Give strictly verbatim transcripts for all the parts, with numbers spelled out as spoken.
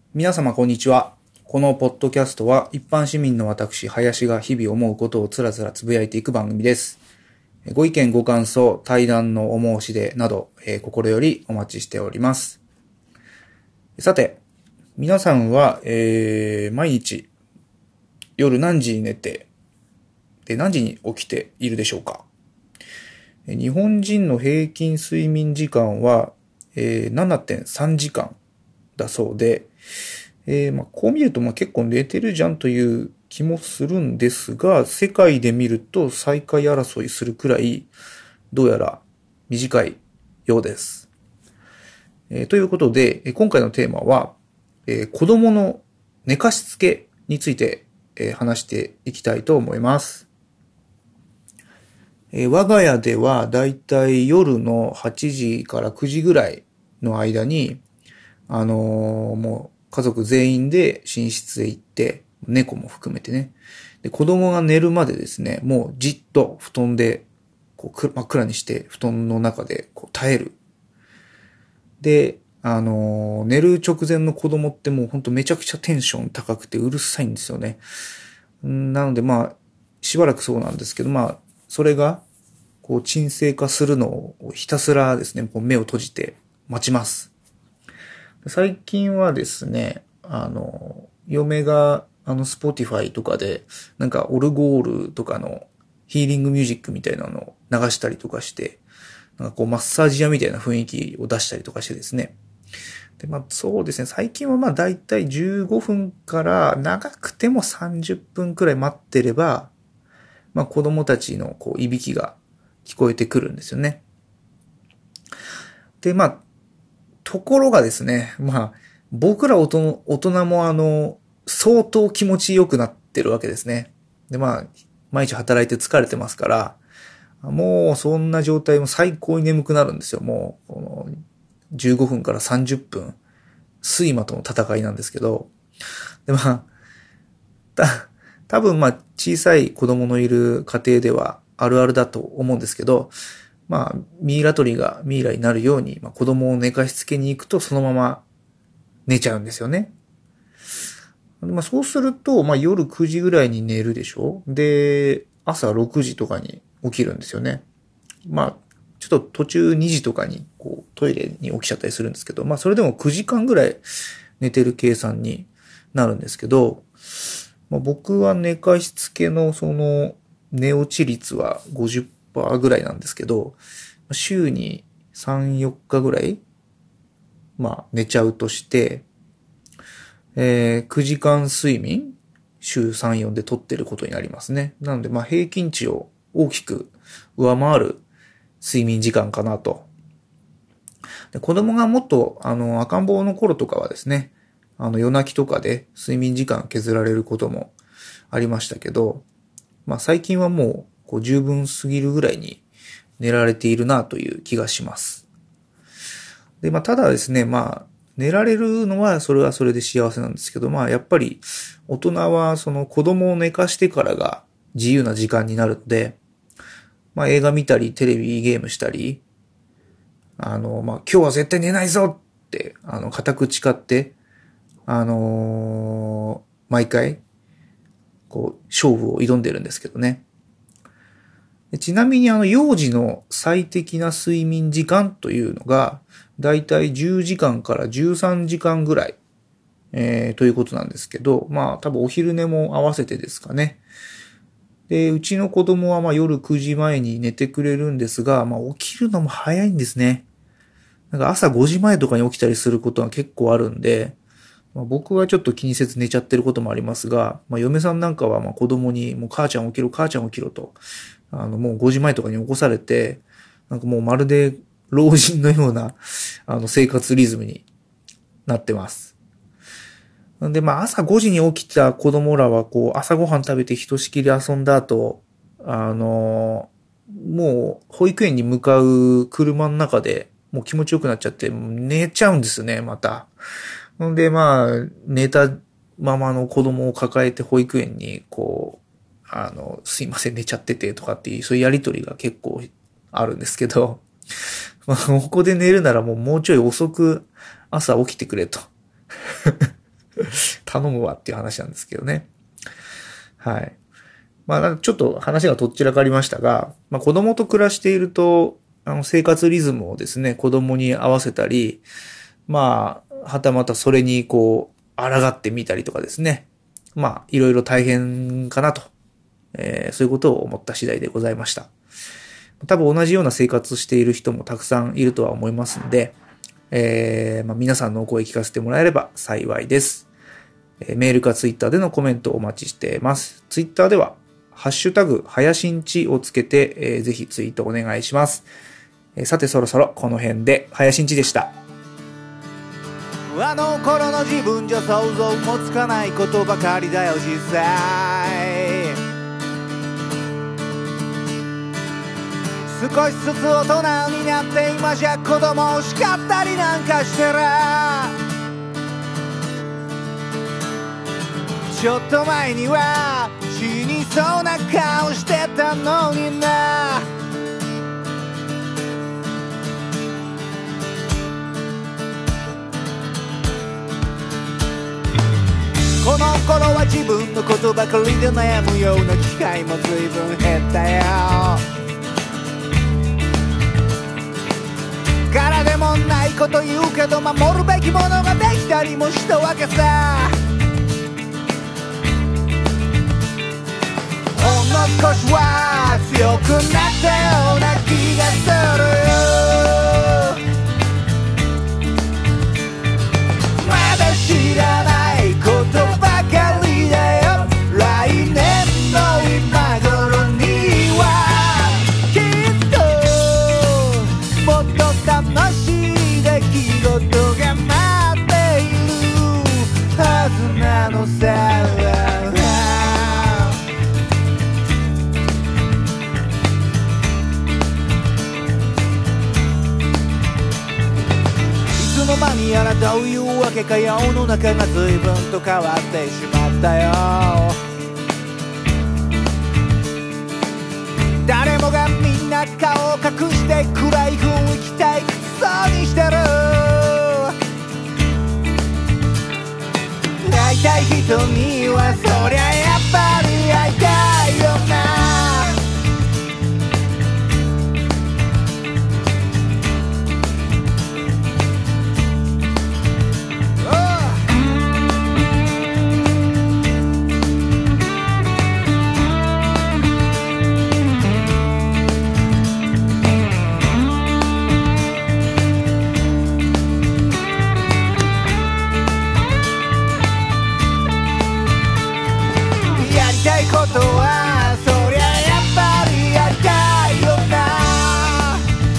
皆様こんにちは。このポッドキャストは一般市民の私、林が日々思うことをつらつらつぶやいていく番組です。ご意見ご感想、対談のお申し出など、えー、心よりお待ちしております。さて、皆さんは、えー、毎日夜何時に寝て、で何時に起きているでしょうか。日本人の平均睡眠時間は、えー、ななてんさんじかんだそうで、えーまあ、こう見るとまあ結構寝てるじゃんという気もするんですが、世界で見ると最下位争いするくらいどうやら短いようです。えー、ということで、今回のテーマは、えー、子供の寝かしつけについて、えー、話していきたいと思います。えー、我が家ではだいたい夜のはちじからくじぐらいの間に、あのー、もう家族全員で寝室へ行って、猫も含めてね。で、子供が寝るまでですね、もうじっと布団で、こう、真っ暗にして布団の中でこう耐える。で、あのー、寝る直前の子供ってもうほんとめちゃくちゃテンション高くてうるさいんですよね。なのでまあ、しばらくそうなんですけど、まあ、それが、こう、沈静化するのをひたすらですね、こう目を閉じて待ちます。最近はですね、あの、嫁が、あの、スポティファイとかで、なんか、オルゴールとかのヒーリングミュージックみたいなのを流したりとかして、なんかこう、マッサージ屋みたいな雰囲気を出したりとかしてですね。で、まあ、そうですね、最近はまあ、だいたいじゅうごふんから長くてもさんじゅっぷんくらい待ってれば、まあ、子供たちのこう、いびきが聞こえてくるんですよね。で、まあ、ところがですね、まあ、僕ら大人もあの、相当気持ちよくなってるわけですね。で、まあ、毎日働いて疲れてますから、もうそんな状態も最高に眠くなるんですよ。もう、このじゅうごふんからさんじゅっぷん、睡魔との戦いなんですけど、で、まあ、た、多分まあ、小さい子供のいる家庭ではあるあるだと思うんですけど、まあ、ミイラ取りがミイラになるように、まあ、子供を寝かしつけに行くとそのまま寝ちゃうんですよね。まあ、そうすると、まあ、夜くじぐらいに寝るでしょ。で、朝ろくじとかに起きるんですよね。まあ、ちょっと途中にじとかにこうトイレに起きちゃったりするんですけど、まあそれでもくじかんぐらい寝てる計算になるんですけど、まあ、僕は寝かしつけのその寝落ち率は ごじゅっパーセント ぐらいなんですけど、週にさん、よっかぐらい、まあ寝ちゃうとして、えー、くじかん睡眠週さん、よんで取ってることになりますね。なので、まあ平均値を大きく上回る睡眠時間かなと。で、子供がもっと、あの、赤ん坊の頃とかはですね、あの、夜泣きとかで睡眠時間削られることもありましたけど、まあ最近はもう、こう十分すぎるぐらいに寝られているなという気がします。で、まあただですね、まあ、寝られるのはそれはそれで幸せなんですけど、まあやっぱり大人はその子供を寝かしてからが自由な時間になるので、まあ映画見たりテレビゲームしたり、あの、まあ今日は絶対寝ないぞって、あの、固く誓って、あのー、毎回、こう、勝負を挑んでるんですけどね。ちなみにあの、幼児の最適な睡眠時間というのが、だいたいじゅうじかんからじゅうさんじかんぐらい、えー、ということなんですけど、まあ多分お昼寝も合わせてですかね。で、うちの子供はまあ夜くじまえに寝てくれるんですが、まあ起きるのも早いんですね。なんか朝ごじまえとかに起きたりすることが結構あるんで、まあ、僕はちょっと気にせず寝ちゃってることもありますが、まあ嫁さんなんかはまあ子供にもう母ちゃん起きろ、母ちゃん起きろと、あのもうごじまえとかに起こされて、なんかもうまるで老人のようなあの生活リズムになってます。なんで、まあ、朝ごじに起きた子供らは、こう、朝ごはん食べてひとしきり遊んだ後、あの、もう、保育園に向かう車の中で、もう気持ちよくなっちゃって、寝ちゃうんですよね、また。んで、まあ、寝たままの子供を抱えて保育園に、こう、あの、すいません、寝ちゃってて、とかっていう、そういうやりとりが結構あるんですけど、まあ、ここで寝るならもうもうちょい遅く朝起きてくれと。 頼むわっていう話なんですけどね。はい。まあ、ちょっと話がとっちらかりましたが、まあ、子供と暮らしていると、あの、生活リズムをですね、子供に合わせたり、まあ、はたまたそれにこう、抗ってみたりとかですね。まあ、いろいろ大変かなと、えー、そういうことを思った次第でございました。多分同じような生活している人もたくさんいるとは思いますんで、えーまあ、皆さんのお声聞かせてもらえれば幸いです。えー、メールかツイッターでのコメントをお待ちしています。ツイッターでは、ハッシュタグ、はやしんちをつけて、えー、ぜひツイートお願いします。えー、さてそろそろこの辺で、はやしんちでした。 あの頃の自分じゃ想像もつかないことばかりだよ実際。少しずつ大人になって今じゃ子供を叱ったりなんかしてる。ちょっと前には死にそうな顔してたのにな。この頃は自分のことばかりで悩むような機会も随分減ったよ。からでもないこと言うけど守るべきものができたりもしたわけさ。ほんの少しは強くなったような気がする。まだ知らないことばかりだよ。来年の今頃にはきっともっと楽しい出来事が待っているはずなのさ。いつの間にやらどういうわけか世の中が随分と変わってしまったよ。誰もがみんな顔を隠して暗い雰囲気退屈そうにしてる。会いたい人にはそりゃやっぱり会いたいよな。ことはそりゃやっぱりやりたいよな。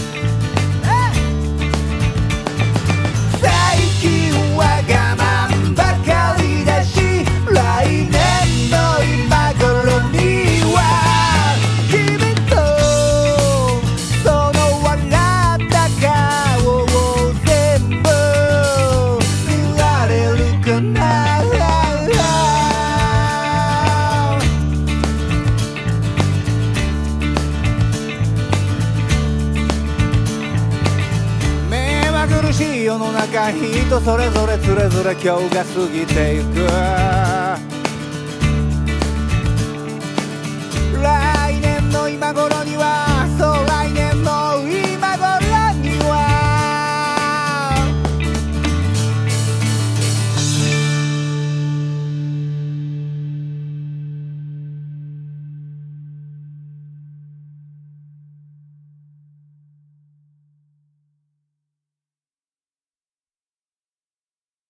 最近は我慢ばかりだし来年の今頃には君とその笑った顔を全部見られるかな。苦しい世の中人それぞれつれぞれ今日が過ぎてゆく。来年の今頃には